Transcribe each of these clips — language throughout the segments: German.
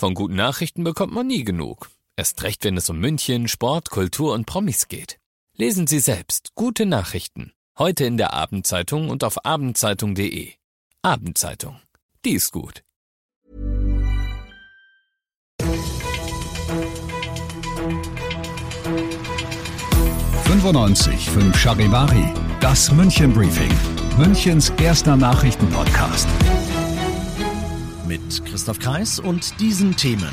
Von guten Nachrichten bekommt man nie genug. Erst recht, wenn es um München, Sport, Kultur und Promis geht. Lesen Sie selbst gute Nachrichten. Heute in der Abendzeitung und auf abendzeitung.de. Abendzeitung. Die ist gut. 95.5 Charivari, das München Briefing, Münchens erster Nachrichtenpodcast. Mit Christoph Kreis und diesen Themen.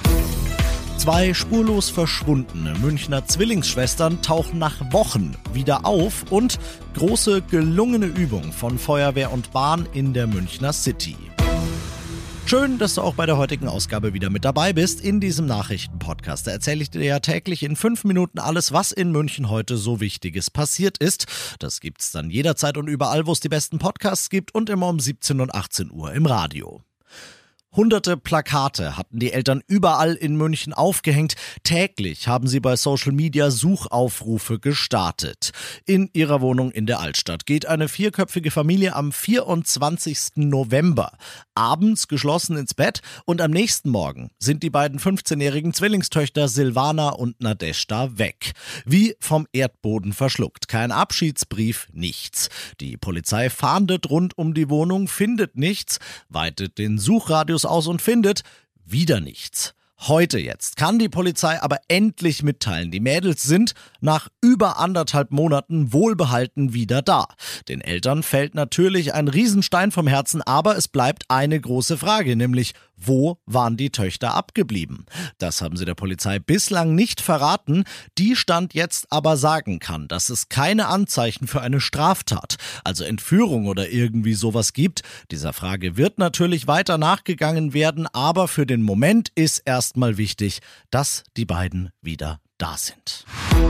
2 spurlos verschwundene Münchner Zwillingsschwestern tauchen nach Wochen wieder auf und große gelungene Übung von Feuerwehr und Bahn in der Münchner City. Schön, dass du auch bei der heutigen Ausgabe wieder mit dabei bist in diesem Nachrichtenpodcast. Da erzähle ich dir ja täglich in 5 Minuten alles, was in München heute so Wichtiges passiert ist. Das gibt's dann jederzeit und überall, wo es die besten Podcasts gibt und immer um 17 und 18 Uhr im Radio. Hunderte Plakate hatten die Eltern überall in München aufgehängt. Täglich haben sie bei Social Media Suchaufrufe gestartet. In ihrer Wohnung in der Altstadt geht eine 4-köpfige Familie am 24. November abends geschlossen ins Bett und am nächsten Morgen sind die beiden 15-jährigen Zwillingstöchter Silvana und Nadeshda weg. Wie vom Erdboden verschluckt. Kein Abschiedsbrief, nichts. Die Polizei fahndet rund um die Wohnung, findet nichts, weitet den Suchradius aus und findet wieder nichts. Heute jetzt kann die Polizei aber endlich mitteilen, die Mädels sind nach über 1,5 Monaten wohlbehalten wieder da. Den Eltern fällt natürlich ein Riesenstein vom Herzen, aber es bleibt eine große Frage, nämlich wo waren die Töchter abgeblieben? Das haben sie der Polizei bislang nicht verraten, die Stand jetzt aber sagen kann, dass es keine Anzeichen für eine Straftat, also Entführung oder irgendwie sowas gibt. Dieser Frage wird natürlich weiter nachgegangen werden, aber für den Moment ist erstmal wichtig, dass die beiden wieder da sind.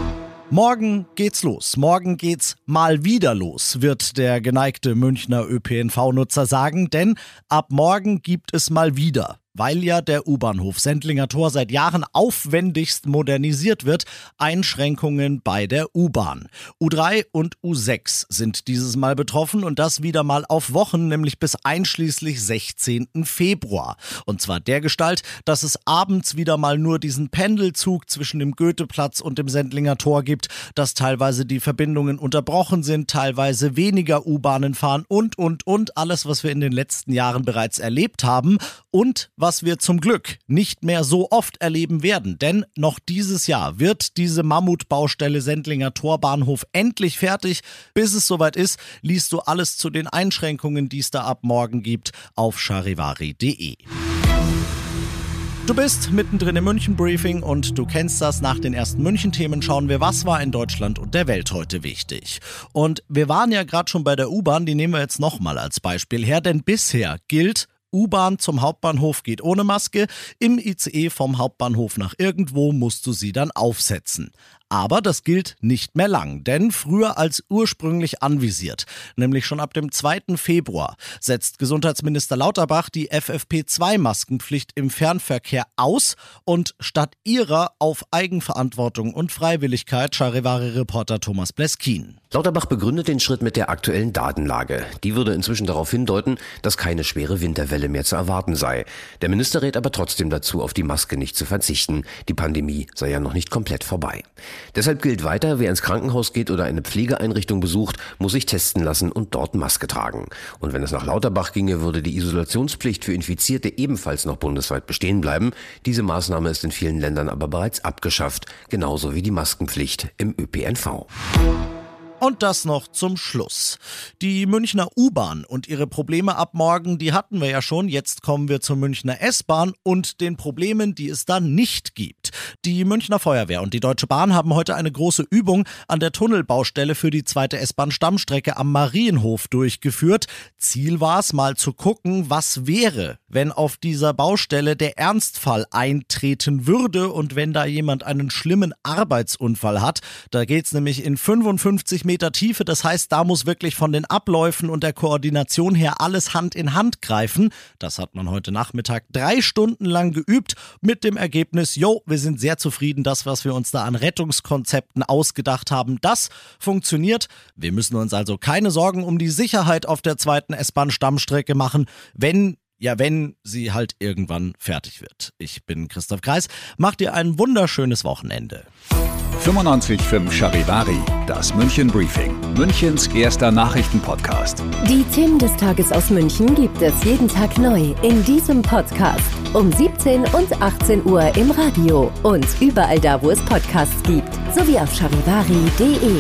Morgen geht's los. Morgen geht's mal wieder los, wird der geneigte Münchner ÖPNV-Nutzer sagen, denn ab morgen gibt es mal wieder, weil ja der U-Bahnhof Sendlinger Tor seit Jahren aufwendigst modernisiert wird, Einschränkungen bei der U-Bahn. U3 und U6 sind dieses Mal betroffen und das wieder mal auf Wochen, nämlich bis einschließlich 16. Februar. Und zwar dergestalt, dass es abends wieder mal nur diesen Pendelzug zwischen dem Goetheplatz und dem Sendlinger Tor gibt, dass teilweise die Verbindungen unterbrochen sind, teilweise weniger U-Bahnen fahren und alles, was wir in den letzten Jahren bereits erlebt haben und was wir zum Glück nicht mehr so oft erleben werden, denn noch dieses Jahr wird diese Mammutbaustelle Sendlinger Torbahnhof endlich fertig. Bis es soweit ist, liest du alles zu den Einschränkungen, die es da ab morgen gibt, auf charivari.de. Du bist mittendrin im München-Briefing und du kennst das. Nach den ersten München-Themen schauen wir, was war in Deutschland und der Welt heute wichtig. Und wir waren ja gerade schon bei der U-Bahn, die nehmen wir jetzt nochmal als Beispiel her, denn bisher gilt: U-Bahn zum Hauptbahnhof geht ohne Maske, im ICE vom Hauptbahnhof nach irgendwo musst du sie dann aufsetzen. Aber das gilt nicht mehr lang, denn früher als ursprünglich anvisiert, nämlich schon ab dem 2. Februar, setzt Gesundheitsminister Lauterbach die FFP2-Maskenpflicht im Fernverkehr aus und statt ihrer auf Eigenverantwortung und Freiwilligkeit Charivari-Reporter Thomas Bleskin. Lauterbach begründet den Schritt mit der aktuellen Datenlage. Die würde inzwischen darauf hindeuten, dass keine schwere Winterwelle mehr zu erwarten sei. Der Minister rät aber trotzdem dazu, auf die Maske nicht zu verzichten. Die Pandemie sei ja noch nicht komplett vorbei. Deshalb gilt weiter, wer ins Krankenhaus geht oder eine Pflegeeinrichtung besucht, muss sich testen lassen und dort Maske tragen. Und wenn es nach Lauterbach ginge, würde die Isolationspflicht für Infizierte ebenfalls noch bundesweit bestehen bleiben. Diese Maßnahme ist in vielen Ländern aber bereits abgeschafft, genauso wie die Maskenpflicht im ÖPNV. Und das noch zum Schluss. Die Münchner U-Bahn und ihre Probleme ab morgen, die hatten wir ja schon. Jetzt kommen wir zur Münchner S-Bahn und den Problemen, die es da nicht gibt. Die Münchner Feuerwehr und die Deutsche Bahn haben heute eine große Übung an der Tunnelbaustelle für die 2. S-Bahn-Stammstrecke am Marienhof durchgeführt. Ziel war es, mal zu gucken, was wäre, wenn auf dieser Baustelle der Ernstfall eintreten würde und wenn da jemand einen schlimmen Arbeitsunfall hat. Da geht's nämlich in 55 Meter Tiefe, das heißt, da muss wirklich von den Abläufen und der Koordination her alles Hand in Hand greifen. Das hat man heute Nachmittag 3 Stunden lang geübt mit dem Ergebnis, wir sind sehr zufrieden, das, was wir uns da an Rettungskonzepten ausgedacht haben, das funktioniert. Wir müssen uns also keine Sorgen um die Sicherheit auf der 2. S-Bahn-Stammstrecke machen. Wenn Ja, wenn sie halt irgendwann fertig wird. Ich bin Christoph Kreis. Macht dir ein wunderschönes Wochenende. 95.5 Charivari, das München Briefing, Münchens erster Nachrichtenpodcast. Die Themen des Tages aus München gibt es jeden Tag neu in diesem Podcast. Um 17 und 18 Uhr im Radio und überall da, wo es Podcasts gibt. Sowie auf charivari.de.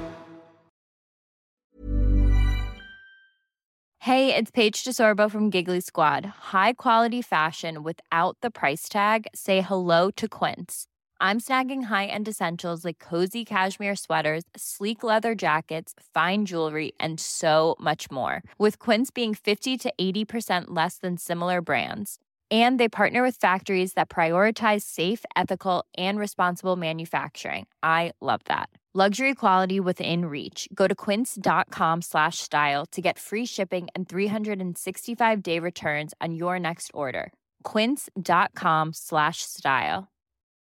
Hey, it's Paige DeSorbo from Giggly Squad. High quality fashion without the price tag. Say hello to Quince. I'm snagging high-end essentials like cozy cashmere sweaters, sleek leather jackets, fine jewelry, and so much more. With Quince being 50 to 80% less than similar brands. And they partner with factories that prioritize safe, ethical, and responsible manufacturing. I love that. Luxury quality within reach. Go to quince.com/style to get free shipping and 365-day returns on your next order. Quince.com/style.